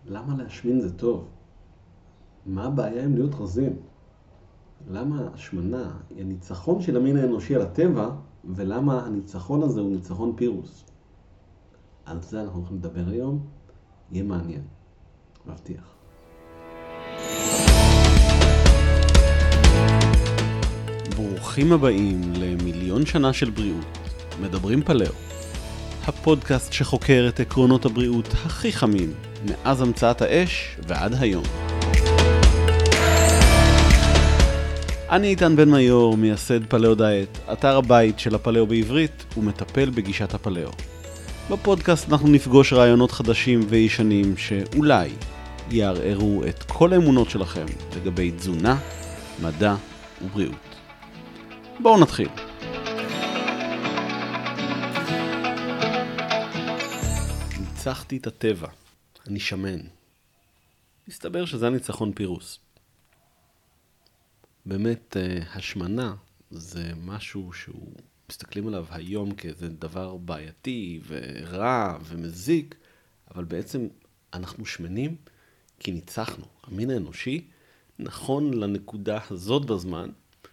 למה להשמין זה טוב? מה הבעיה עם להיות רזים? למה השמנה היא הניצחון של המין האנושי על הטבע, ולמה הניצחון הזה הוא ניצחון פירוס? על זה אנחנו הולכים לדבר היום, יהיה מעניין, מבטיח. ברוכים הבאים למיליון שנה של בריאות, מדברים פלאו. הפודקאסט שחוקר את עקרונות הבריאות הכי חמים, מאז המצאת האש ועד היום. אני איתן בן מיור, מייסד פלאו דיאט, אתר הבית של הפלאו בעברית ומטפל בגישת הפלאו. בפודקאסט אנחנו נפגוש רעיונות חדשים וישנים שאולי יערערו את כל האמונות שלכם לגבי תזונה, מדע ובריאות. בואו נתחיל. ניצחתי את הטבע, אני שמן. מסתבר שזה הניצחון פירוס. באמת, השמנה זה משהו שהוא מסתכלים עליו היום כאיזה דבר בעייתי ורע ומזיק, אבל בעצם אנחנו שמנים כי ניצחנו. המין האנושי, נכון לנקודה הזאת בזמן,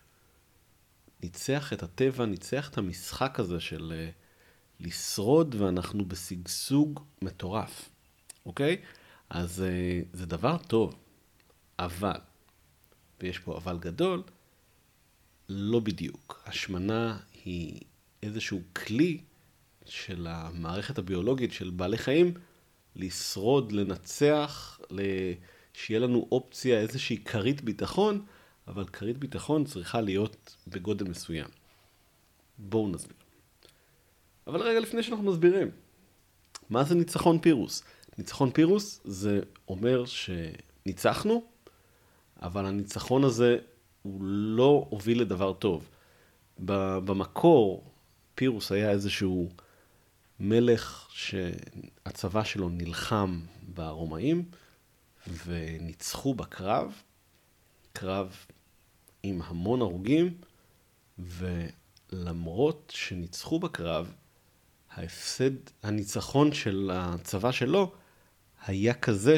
ניצח את הטבע, ניצח את המשחק הזה של לשרוד, ואנחנו בסגסוג מטורף. אוקיי? אז זה דבר טוב, אבל, ויש פה אבל גדול, לא בדיוק. השמנה היא איזשהו כלי של המערכת הביולוגית של בעלי חיים לשרוד, לנצח, שיהיה לנו אופציה, איזושהי כרית ביטחון, אבל כרית ביטחון צריכה להיות בגודל מסוים. בואו נסביר. אבל רגע לפני שאנחנו מסבירים, מה זה ניצחון פירוס? ניצחון פירוס זה אומר שניצחנו, אבל הניצחון הזה הוא לא הוביל לדבר טוב. במקור פירוס היה איזשהו מלך שהצבא שלו נלחם ברומאים, וניצחו בקרב, קרב עם המון הרוגים, ולמרות שניצחו בקרב, הניצחון של הצבא שלו היה כזה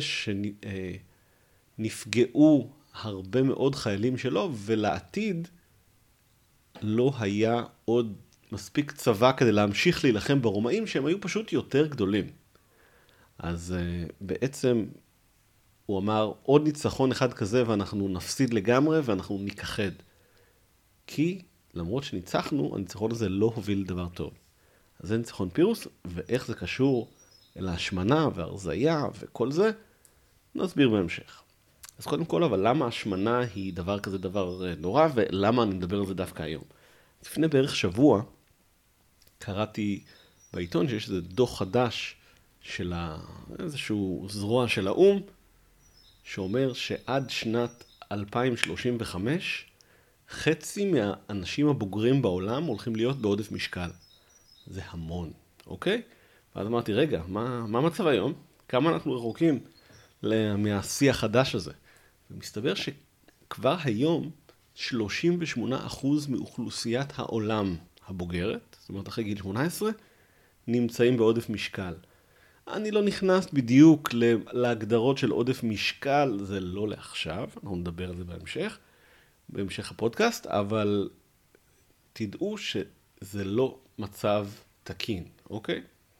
שנפגעו הרבה מאוד חיילים שלו, ולעתיד לא היה עוד מספיק צבא כדי להמשיך להילחם ברומאים, שהם היו פשוט יותר גדולים. אז בעצם הוא אמר, עוד ניצחון אחד כזה ואנחנו נפסיד לגמרי ואנחנו נכחד. כי למרות שניצחנו, הניצחון הזה לא הוביל לדבר טוב. אז זה ניצחון פירוס, ואיך זה קשור אל ההשמנה והרזייה וכל זה, נסביר בהמשך. אז קודם כל, אבל למה השמנה היא דבר כזה דבר נורא, ולמה אני מדבר על זה דווקא היום? לפני בערך שבוע, קראתי בעיתון שיש איזה דוח חדש של איזשהו זרוע של האום, שאומר שעד שנת 2035, חצי מהאנשים הבוגרים בעולם הולכים להיות בעודף משקל. זה המון, אוקיי? ואז אמרתי, רגע, מה המצב היום? כמה אנחנו רחוקים מהשיא החדש הזה? ומסתבר שכבר היום 38% מאוכלוסיית העולם הבוגרת, זאת אומרת אחרי גיל 18, נמצאים בעודף משקל. אני לא נכנס בדיוק להגדרות של עודף משקל, זה לא לעכשיו, אנחנו נדבר על זה בהמשך הפודקאסט, אבל תדעו שזה לא מצב תקין, אוקיי?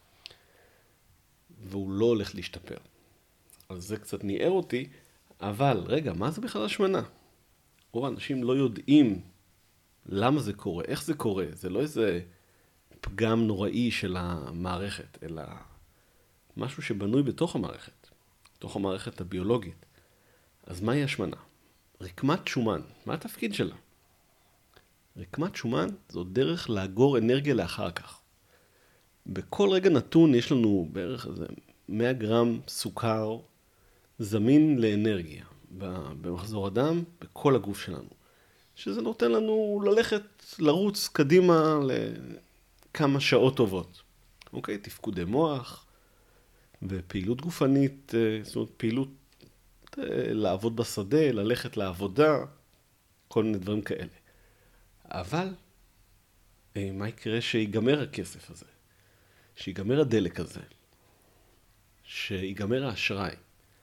והוא לא הולך להשתפר. אז זה קצת ניער אותי, אבל רגע, מה זה בכלל השמנה? רוב האנשים לא יודעים למה זה קורה, איך זה קורה. זה לא איזה פגם נוראי של המערכת, אלא משהו שבנוי בתוך המערכת, בתוך המערכת הביולוגית. אז מהי השמנה? רקמת שומן, מה התפקיד שלה? רקמת שומן זו דרך לאגור אנרגיה לאחר כך. בכל רגע נתון יש לנו בערך 100 גרם סוכר זמין לאנרגיה במחזור הדם בכל הגוף שלנו. שזה נותן לנו לרוץ קדימה לכמה שעות טובות. אוקיי? תפקודי מוח ופעילות גופנית, זאת אומרת פעילות לעבוד בשדה, ללכת לעבודה, כל מיני דברים כאלה. אבל מה יקרה שיגמר הכסף הזה? שיגמר הדלק הזה? שיגמר האשראי?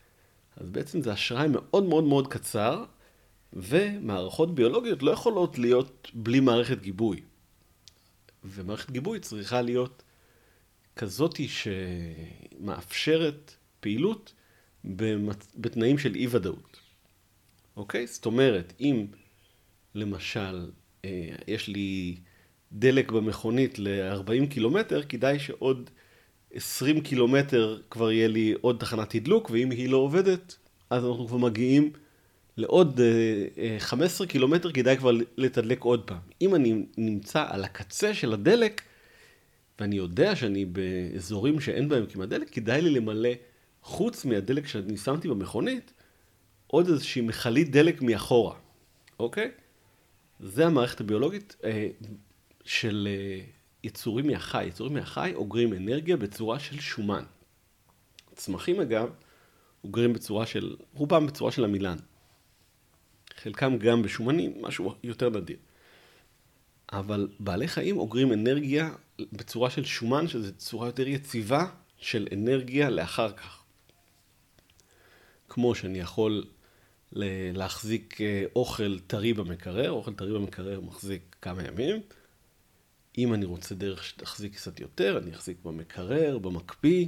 אז בעצם זה אשראי מאוד מאוד מאוד קצר, ומערכות ביולוגיות לא יכולות להיות בלי מערכת גיבוי. ומערכת גיבוי צריכה להיות כזאת שמאפשרת פעילות בתנאים של אי-ודאות. אוקיי? זאת אומרת, אם למשל יש לי דלק במכונית ל-40 קילומטר, כדאי שעוד 20 קילומטר כבר יהיה לי עוד תחנת תדלוק, ואם היא לא עובדת, אז אנחנו כבר מגיעים לעוד 15 קילומטר, כדאי כבר לתדלק עוד פעם. אם אני נמצא על הקצה של הדלק, ואני יודע שאני באזורים שאין בהם כמעט דלק, כדאי לי למלא, חוץ מהדלק שאני שמתי במכונית, עוד איזושהי מכלית דלק מאחורה. אוקיי? זה המערכת הביולוגית של יצורים מהחי. יצורים מהחי אוגרים אנרגיה בצורה של שומן. צמחים אגב, אוגרים רובם בצורה של עמילן. חלקם גם בשומנים, משהו יותר נדיר. אבל בעלי חיים אוגרים אנרגיה בצורה של שומן, שזו צורה יותר יציבה של אנרגיה לאחר כך. כמו שאני יכול להחזיק אוכל טרי במקרר, אוכל טרי במקרר מחזיק כמה ימים. אם אני רוצה דרך שתחזיק קצת יותר, אני אחזיק במקרר, במקפיא.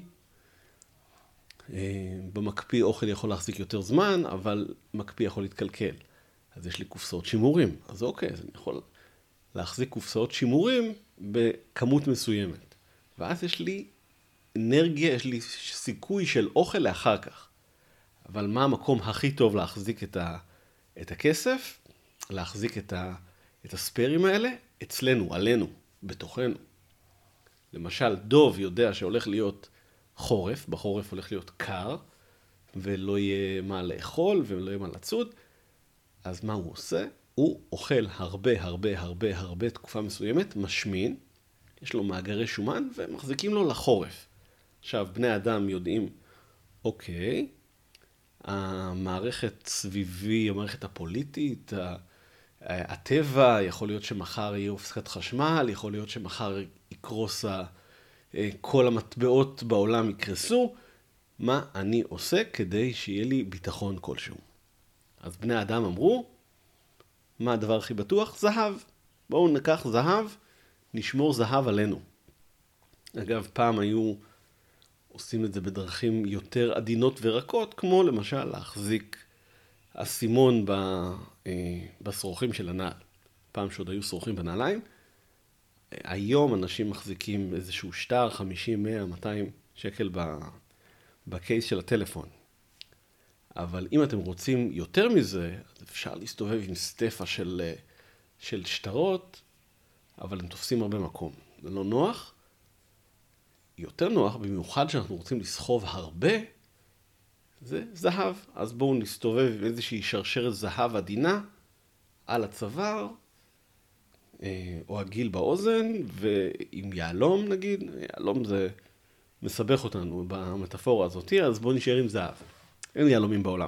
במקפיא אוכל יכול להחזיק יותר זמן, אבל מקפיא יכול להתקלקל. אז יש לי קופסאות שימורים. אז אוקיי, אז אני יכול להחזיק קופסאות שימורים בכמות מסוימת. ואז יש לי אנרגיה, יש לי סיכוי של אוכל לאחר כך. אבל מה המקום הכי טוב להחזיק את הכסף? להחזיק את הספיירים האלה? אצלנו, עלינו, בתוכנו. למשל, דוב יודע שהולך להיות חורף, בחורף הולך להיות קר, ולא יהיה מה לאכול ולא יהיה מה לצוד. אז מה הוא עושה? הוא אוכל הרבה תקופה מסוימת, משמין, יש לו מאגרי שומן ומחזיקים לו לחורף. עכשיו, בני אדם יודעים, אוקיי, המערכת סביבי, המערכת הפוליטית, הטבע, יכול להיות שמחר יהיה הפסקת חשמל, יכול להיות שמחר יקרוס, כל המטבעות בעולם יקרסו. מה אני עושה כדי שיהיה לי ביטחון כלשהו? אז בני האדם אמרו, מה הדבר הכי בטוח? זהב. בואו ניקח זהב, נשמור זהב עלינו. אגב, פעם היו עושים את זה בדרכים יותר עדינות ורקות, כמו למשל להחזיק אסימון בשרוכים של הנעל. פעם שעוד היו שרוכים בנעליים. היום אנשים מחזיקים איזשהו שטר, 50, 100, 200 שקל בקייס של הטלפון. אבל אם אתם רוצים יותר מזה, אז אפשר להסתובב עם סטפה של שטרות, אבל הם תופסים הרבה מקום. זה לא נוח. יותר נוח, במיוחד שאנחנו רוצים לסחוב הרבה, זה זהב. אז בואו נסתובב עם איזושהי שרשרת זהב עדינה על הצוואר, או הגיל באוזן, ועם יעלום נגיד, יעלום זה מסבך אותנו במטאפורה הזאת, אז בואו נשאר עם זהב. אין יעלומים בעולם.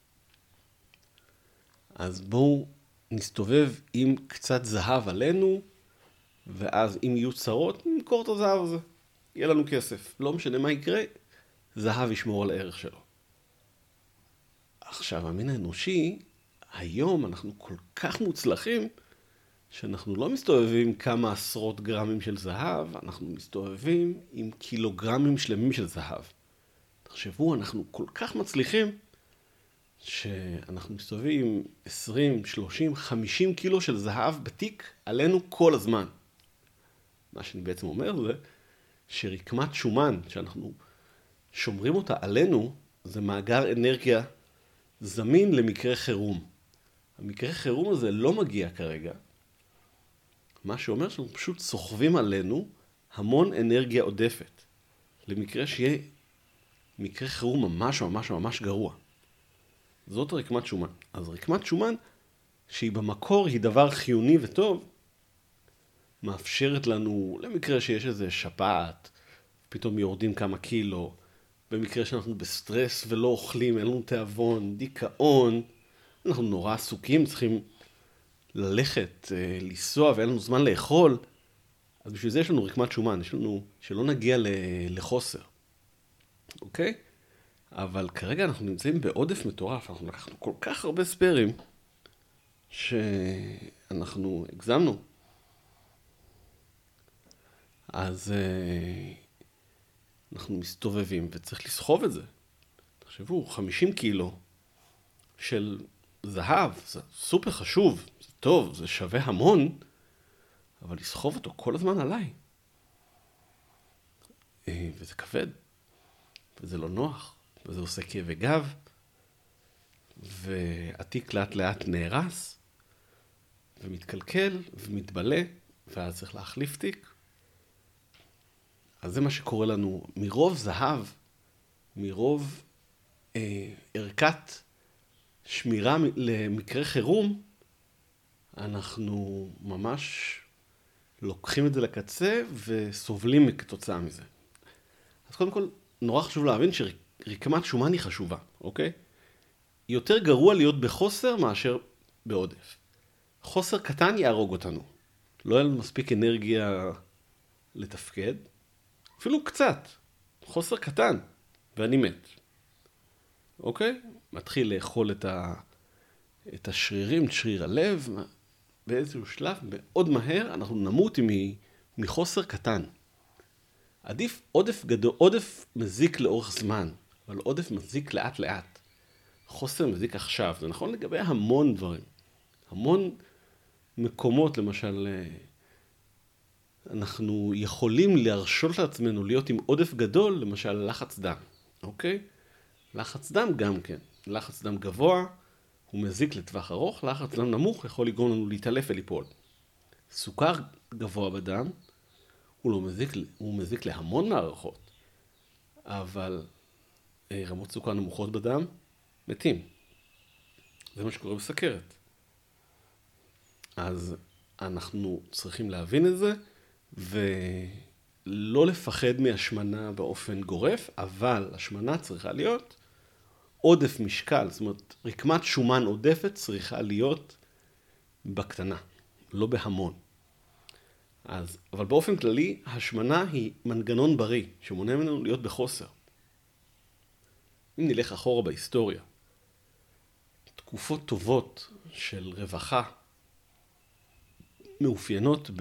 אז בואו נסתובב עם קצת זהב עלינו, ואז אם יהיו צרות, נמכור את הזהב הזה. יהיה לנו כסף. לא משנה מה יקרה, זהב ישמור על הערך שלו. עכשיו, המין האנושי, היום אנחנו כל כך מוצלחים, שאנחנו לא מסתובבים כמה עשרות גרמים של זהב, אנחנו מסתובבים עם קילוגרמים שלמים של זהב. תחשבו, אנחנו כל כך מצליחים, שאנחנו מסתובבים עם 20, 30, 50 קילו של זהב בתיק עלינו כל הזמן. מה שאני בעצם אומר זה, שרקמת שומן, שאנחנו שומרים אותה עלינו, זה מאגר אנרגיה זמין למקרה חירום. המקרה חירום הזה לא מגיע כרגע, מה שאומר שאנחנו פשוט סוחבים עלינו המון אנרגיה עודפת, למקרה שיהיה מקרה חירום ממש ממש ממש גרוע. זאת רקמת שומן. אז רקמת שומן, שהיא במקור היא דבר חיוני וטוב, מאפשרת לנו, למקרה שיש איזה שפעת, פתאום יורדים כמה קילו, במקרה שאנחנו בסטרס ולא אוכלים, אין לנו תיאבון, דיכאון, אנחנו נורא עסוקים, צריכים ללכת, לנסוע ואין לנו זמן לאכול, אז בשביל זה יש לנו רקמת שומן, יש לנו, שלא נגיע לחוסר. אוקיי? אבל כרגע אנחנו נמצאים בעודף מטורף, אנחנו לקחנו כל כך הרבה ספיירים, שאנחנו הגזמנו. אז אנחנו מסתובבים וצריך לסחוב את זה. תחשבו, 50 קילו של זהב, זה סופר חשוב, זה טוב, זה שווה המון, אבל לסחוב אותו כל הזמן עליי. וזה כבד, וזה לא נוח, וזה עושה כאבי גב, והתיק לאט לאט נהרס, ומתקלקל, ומתבלה, ואז צריך להחליף תיק. אז זה מה שקורה לנו מרוב זהב, מרוב ערכת שמירה למקרה חירום, אנחנו ממש לוקחים את זה לקצה וסובלים כתוצאה מזה. אז קודם כל, נורא חשוב להבין שרקמת שומן היא חשובה, אוקיי? יותר גרוע להיות בחוסר מאשר בעודף. חוסר קטן יהרוג אותנו. לא יהיה לנו מספיק אנרגיה לתפקד. אפילו קצת. חוסר קטן. ואני מת. אוקיי? מתחיל לאכול את השרירים, את שריר הלב. באיזשהו שלב, מאוד מהר, אנחנו נמות מחוסר קטן. עדיף עודף מזיק לאורך זמן, אבל עודף מזיק לאט לאט. חוסר מזיק עכשיו. זה נכון לגבי המון דברים. המון מקומות, למשל, אנחנו יכולים להרשות לעצמנו להיות עם עודף גדול, למשל לחץ דם, אוקיי? לחץ דם גם כן. לחץ דם גבוה הוא מזיק לטווח ארוך, לחץ דם נמוך יכול לגרום לנו להתעלף וליפול. סוכר גבוה בדם הוא מזיק להמון מערכות, אבל רמות סוכר נמוכות בדם מתים. זה מה שקורה בסכרת. אז אנחנו צריכים להבין את זה, ולא לפחד מהשמנה באופן גורף, אבל השמנה צריכה להיות עודף משקל, זאת אומרת, רקמת שומן עודפת צריכה להיות בקטנה, לא בהמון. אבל באופן כללי, השמנה היא מנגנון בריא, שמונע ממנו להיות בחוסר. אם נלך אחורה בהיסטוריה, תקופות טובות של רווחה, מאופיינות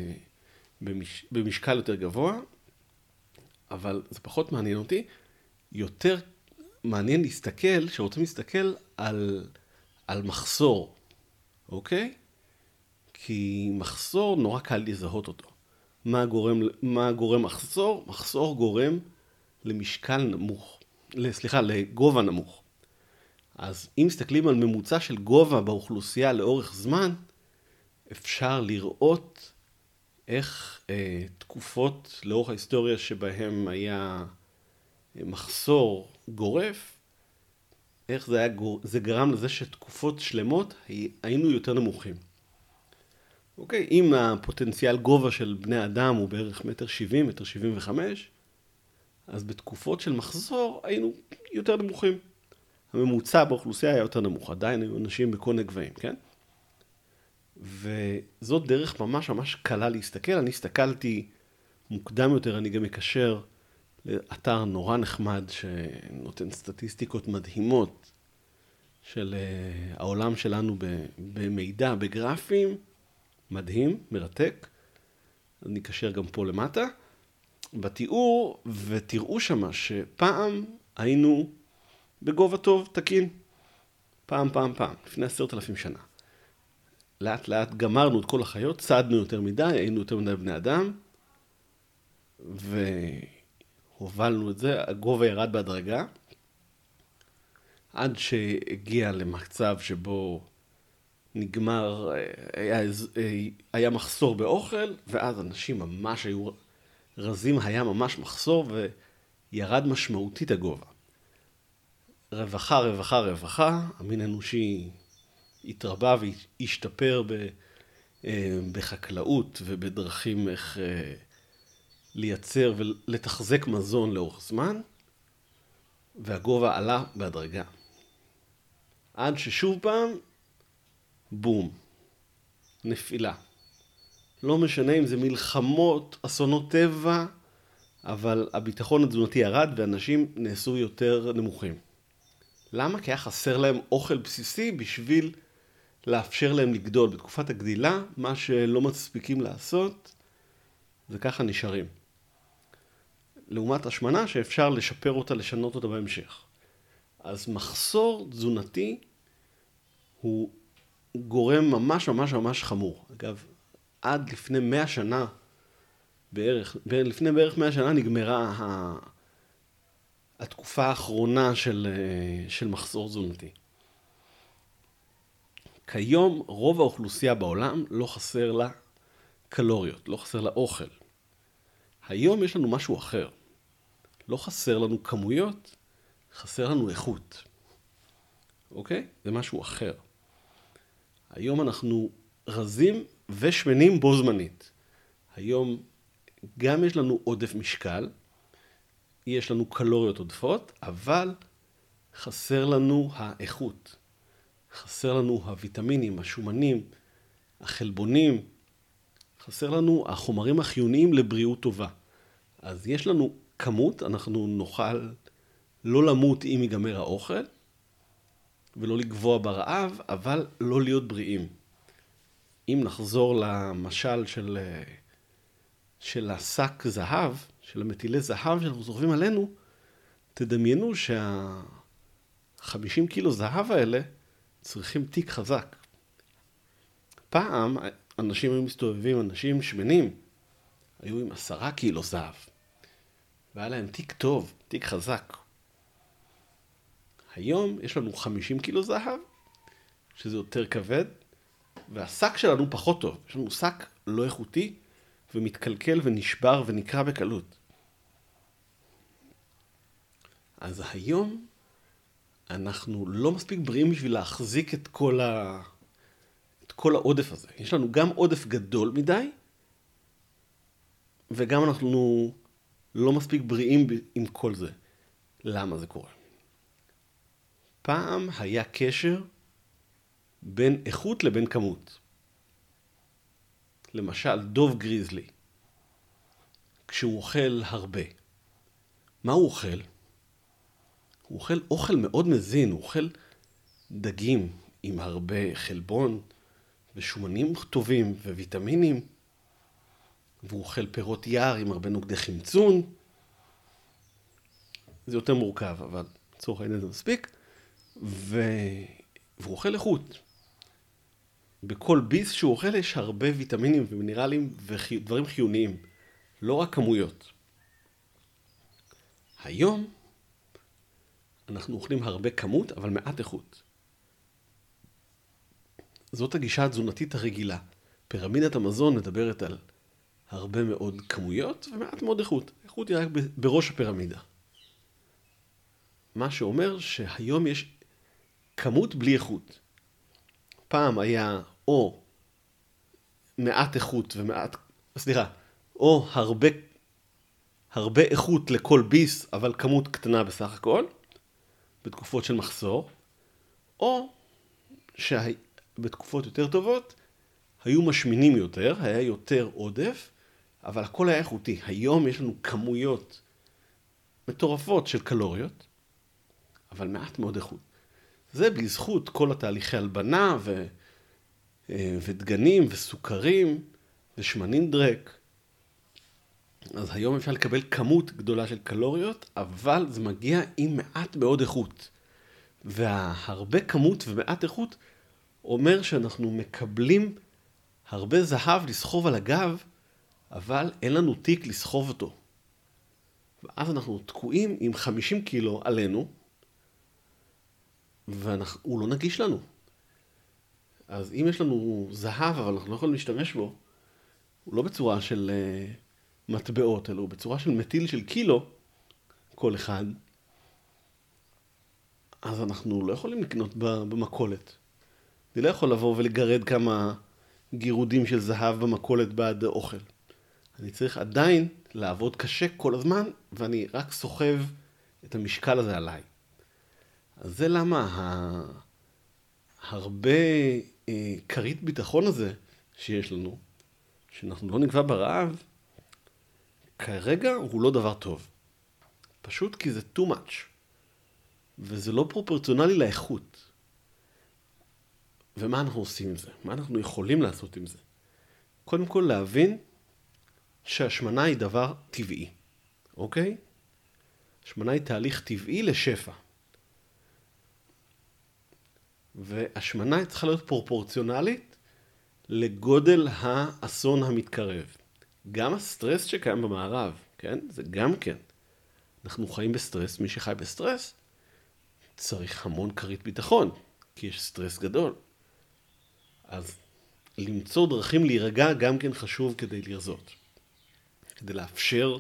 במשקל יותר גבוה, אבל זה פחות מעניין אותי, יותר מעניין להסתכל, שרוצים להסתכל על מחסור, אוקיי? כי מחסור נורא קל לזהות אותו. מה גורם מחסור? מחסור גורם למשקל נמוך, לגובה נמוך. אז אם מסתכלים על ממוצע של גובה באוכלוסייה לאורך זמן, אפשר לראות איך תקופות לאורך ההיסטוריה שבהם היה מחסור גורף, איך זה גרם לזה שתקופות שלמות היינו יותר נמוכים. אוקיי, אם הפוטנציאל גובה של בני אדם הוא בערך 1.70 1.75 מטר, אז בתקופות של מחסור היינו יותר נמוכים. הממוצע באוכלוסייה היה יותר נמוך, עדיין היו אנשים בקונה גבהים, כן? וזאת דרך ממש ממש קלה להסתכל. אני הסתכלתי מוקדם יותר, אני גם מקשר לאתר נורא נחמד שנותן סטטיסטיקות מדהימות של העולם שלנו במידע, בגרפים, מדהים, מרתק. אני אקשר גם פה למטה, בתיאור, ותראו שמה שפעם היינו בגובה טוב, תקין. פעם, לפני 10,000 שנה. לאט לאט גמרנו את כל החיות, צעדנו יותר מדי, היינו יותר מדי בני אדם, והובלנו את זה, הגובה ירד בהדרגה, עד שהגיע למצב שבו נגמר, היה מחסור באוכל, ואז אנשים ממש היו רזים, היה ממש מחסור, וירד משמעותית הגובה. רווחה, המין האנושי התרבה והשתפר בחקלאות ובדרכים איך לייצר ולתחזק מזון לאורך זמן, והגובה עלה בהדרגה. עד ששוב פעם, בום, נפילה. לא משנה אם זה מלחמות, אסונות טבע, אבל הביטחון התזונתי ירד ואנשים נעשו יותר נמוכים. למה? כי היה חסר להם אוכל בסיסי בשביל לאפשר להם לגדול. בתקופת הגדילה, מה שלא מספיקים לעשות, זה ככה נשארים. לעומת השמנה שאפשר לשפר אותה, לשנות אותה בהמשך. אז מחסור תזונתי הוא גורם ממש ממש ממש חמור. אגב, עד לפני 100 שנה, לפני בערך 100 שנה נגמרה התקופה האחרונה של מחסור תזונתי. כיום רוב האוכלוסייה בעולם לא חסר לה קלוריות, לא חסר לה אוכל. היום יש לנו משהו אחר. לא חסר לנו כמויות, חסר לנו איכות. אוקיי? זה משהו אחר. היום אנחנו רזים ושמנים בו זמנית. היום גם יש לנו עודף משקל, יש לנו קלוריות עודפות, אבל חסר לנו האיכות. חסר לנו הוויטמינים, השומנים, החלבונים, חסר לנו החומרים החיוניים לבריאות טובה. אז יש לנו כמות, אנחנו נוכל לא למות אם ייגמר האוכל, ולא לגבוע ברעב, אבל לא להיות בריאים. אם נחזור למשל של השק זהב, של המטילי זהב שאנחנו זוכבים עלינו, תדמיינו 50 קילו זהב האלה צריכים תיק חזק. פעם אנשים היו מסתובבים, אנשים שמנים, היו עם 10 קילו זהב. והיה להם תיק טוב, תיק חזק. היום יש לנו 50 קילו זהב, שזה יותר כבד, והשק שלנו פחות טוב. יש לנו שק לא איכותי, ומתקלקל ונשבר ונקרע בקלות. אז היום אנחנו לא מספיק בריאים בשביל להחזיק את כל העודף הזה. יש לנו גם עודף גדול מדי, וגם אנחנו לא מספיק בריאים עם כל זה. למה זה קורה? פעם היה קשר בין איכות לבין כמות. למשל, דוב גריזלי, כשהוא אוכל הרבה. מה הוא אוכל? הוא אוכל אוכל מאוד מזין, הוא אוכל דגים עם הרבה חלבון ושומנים טובים וויטמינים, והוא אוכל פירות יער עם הרבה נוגדי חמצון. זה יותר מורכב, אבל לצורך העניין זה מספיק. והוא אוכל איכות. בכל ביס שהוא אוכל יש הרבה ויטמינים ומינרלים ודברים חיוניים, לא רק כמויות. היום אנחנו אוכלים הרבה כמות, אבל מעט איכות. זאת הגישה התזונתית הרגילה. פירמידת המזון מדברת על הרבה מאוד כמויות ומעט מאוד איכות. איכות היא רק בראש הפירמידה. מה שאומר שהיום יש כמות בלי איכות. פעם היה או מעט איכות או הרבה איכות לכל ביס, אבל כמות קטנה בסך הכל, בתקופות של מחסור, או שבתקופות יותר טובות היו משמינים יותר, היה יותר עודף, אבל הכל היה איכותי. היום יש לנו כמויות מטורפות של קלוריות, אבל מעט מאוד איכות. זה בזכות כל התהליכי הלבנה ודגנים וסוכרים ושמנים דרק. אז היום אפשר לקבל כמות גדולה של קלוריות, אבל זה מגיע עם מעט מאוד איכות. והרבה כמות ומעט איכות אומר שאנחנו מקבלים הרבה זהב לסחוב על הגב, אבל אין לנו תיק לסחוב אותו. ואז אנחנו תקועים עם 50 קילו עלינו, והוא לא נגיש לנו. אז אם יש לנו זהב, אבל אנחנו לא יכולים להשתמש בו, הוא לא בצורה של מטבעות, אלא הוא בצורה של מטיל של קילו, כל אחד, אז אנחנו לא יכולים לקנות במכולת. אני לא יכול לבוא ולגרד כמה גירודים של זהב במכולת בעד אוכל. אני צריך עדיין לעבוד קשה כל הזמן, ואני רק סוחב את המשקל הזה עליי. אז זה למה הרבה כרית ביטחון הזה שיש לנו, שאנחנו לא נקבע ברעב, כרגע הוא לא דבר טוב. פשוט כי זה too much. וזה לא פרופורציונלי לאיכות. ומה אנחנו עושים עם זה? מה אנחנו יכולים לעשות עם זה? קודם כל להבין שהשמנה היא דבר טבעי. אוקיי? השמנה היא תהליך טבעי לשפע. והשמנה צריכה להיות פרופורציונלית לגודל האסון המתקרב. גם הסטרס שקיים במערב, כן? זה גם כן. אנחנו חיים בסטרס, מי שחי בסטרס צריך המון כרית ביטחון, כי יש סטרס גדול. אז למצוא דרכים להירגע גם כן חשוב כדי לרזות. כדי לאפשר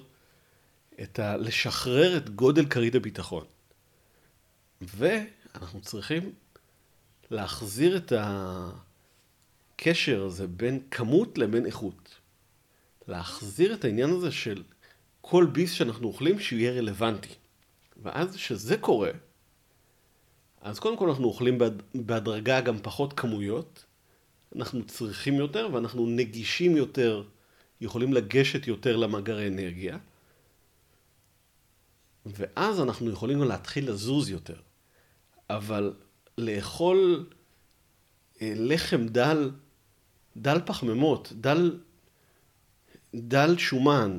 לשחרר את גודל כרית הביטחון. ואנחנו צריכים להחזיר את הקשר הזה בין כמות לבין איכות. להחזיר את העניין הזה של כל ביס שאנחנו אוכלים שהוא יהיה רלוונטי. ואז שזה קורה, אז קודם כל אנחנו אוכלים בהדרגה גם פחות כמויות, אנחנו צריכים יותר ואנחנו נגישים יותר, יכולים לגשת יותר למאגרי אנרגיה, ואז אנחנו יכולים גם להתחיל לזוז יותר. אבל לאכול לחם דל פחמימות, דל שומן,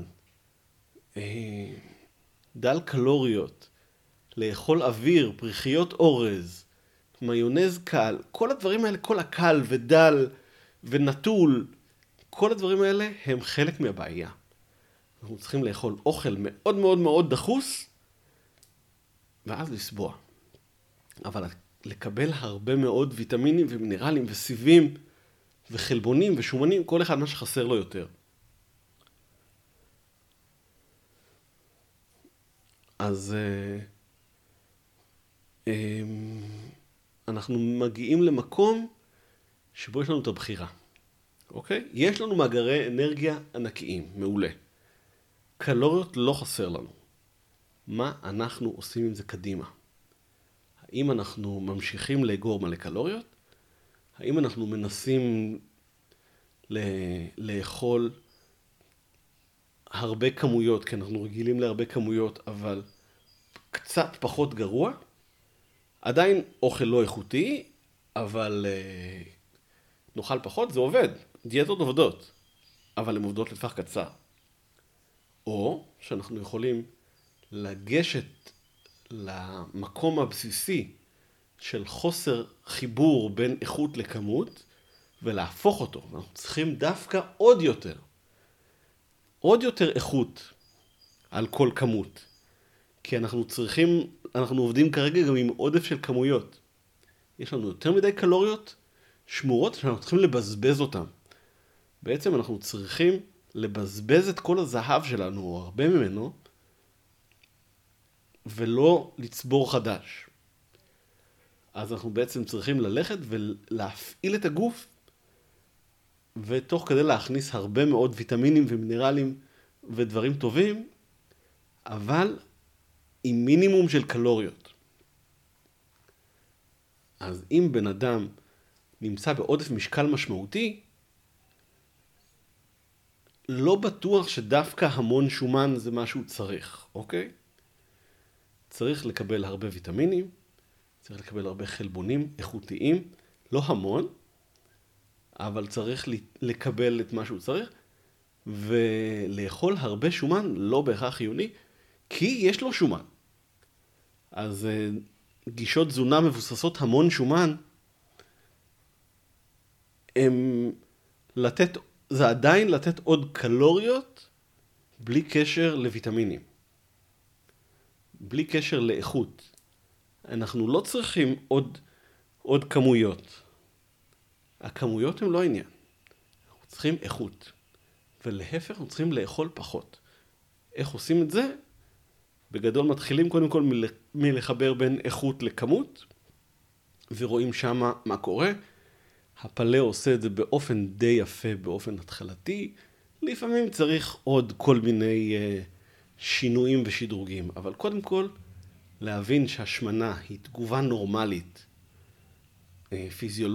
דל קלוריות, לאכול אוויר, פריחיות אורז, מיונז קל, כל הדברים האלה, כל הקל ודל ונטול, כל הדברים האלה הם חלק מהבעיה. אנחנו צריכים לאכול אוכל מאוד מאוד מאוד דחוס, ואז לסבוע. אבל לקבל הרבה מאוד ויטמינים ומינרלים וסיבים וחלבונים ושומנים, כל אחד מה שחסר לו יותר. אז אנחנו מגיעים למקום שבו יש לנו את הבחירה. אוקיי? יש לנו מאגרי אנרגיה ענקיים, מעולה. קלוריות לא חסר לנו. מה אנחנו עושים עם זה קדימה? האם אנחנו ממשיכים לאגור מלא קלוריות? האם אנחנו מנסים לאכול הרבה כמויות, כי אנחנו רגילים להרבה כמויות, אבל קצת פחות גרוע? עדיין אוכל לא איכותי, אבל נאכל פחות, זה עובד. דיאטות עובדות, אבל הן עובדות לטווח קצר. או שאנחנו יכולים לגשת למקום הבסיסי של חוסר חיבור בין איכות לכמות, ולהפוך אותו. אנחנו צריכים דווקא עוד יותר איכות על כל כמות. כי אנחנו עובדים כרגע גם עם עודף של כמויות. יש לנו יותר מדי קלוריות שמורות שאנחנו צריכים לבזבז אותן. בעצם אנחנו צריכים לבזבז את כל הזהב שלנו, או הרבה ממנו, ולא לצבור חדש. אז אנחנו בעצם צריכים ללכת ולהפעיל את הגוף, ותוך כדי להכניס הרבה מאוד ויטמינים ומינרלים ודברים טובים, אבל עם מינימום של קלוריות. אז אם בן אדם נמצא בעודף משקל משמעותי, לא בטוח שדווקא המון שומן זה מה שהוא צריך, אוקיי? צריך לקבל הרבה ויטמינים, צריך לקבל הרבה חלבונים איכותיים, לא המון, אבל צריך לקבל את מה שהוא צריך, ולאכול הרבה שומן לא בהכרח חיוני, כי יש לו שומן. אז גישות תזונה מבוססות המון שומן, זה עדיין לתת עוד קלוריות, בלי קשר לויטמינים. בלי קשר לאיכות. אנחנו לא צריכים עוד כמויות. הכמויות הן לא העניין. אנחנו צריכים איכות. ולהפך, אנחנו צריכים לאכול פחות. איך עושים את זה? בגדול מתחילים קודם כל מלחבר בין איכות לכמות, ורואים שמה מה קורה. הפלאו עושה את זה באופן די יפה, באופן התחלתי. לפעמים צריך עוד כל מיני שינויים ושדרוגים, אבל קודם כל להבין שהשמנה היא תגובה נורמלית,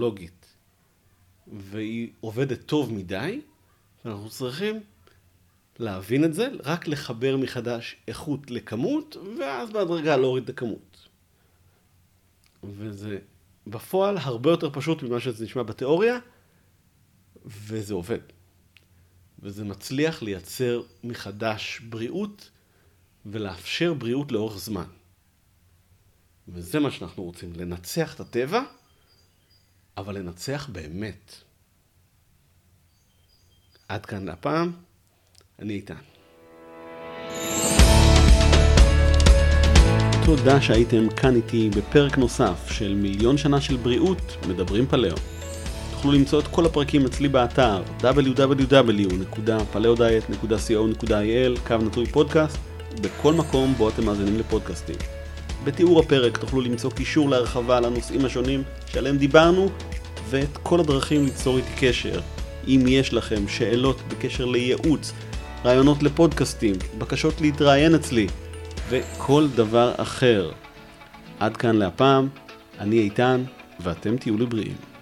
פיזיולוגית, והיא עובדת טוב מדי, ואנחנו צריכים להבין את זה, רק לחבר מחדש איכות לכמות, ואז בהדרגה להוריד את הכמות. וזה בפועל הרבה יותר פשוט ממה שזה נשמע בתיאוריה, וזה עובד. וזה מצליח לייצר מחדש בריאות, ולאפשר בריאות לאורך זמן. וזה מה שאנחנו רוצים, לנצח את הטבע, אבל לנצח באמת. עד כאן להפעם, אני איתן. תודה שהייתם כאן איתי בפרק נוסף של מיליון שנה של בריאות, מדברים פלאו. תוכלו למצוא את כל הפרקים אצלי באתר www.paleodiet.co.il/פודקאסט, בכל מקום בו אתם מאזינים לפודקאסטים. בתיאור הפרק תוכלו למצוא קישור להרחבה על הנושאים השונים שעליהם דיברנו, ואת כל הדרכים ליצור איתי קשר. אם יש לכם שאלות בקשר לייעוץ, רעיונות לפודקאסטים, בקשות להתראיין אצלי, וכל דבר אחר. עד כאן להפעם, אני איתן, ואתם תהיו לי בריאים.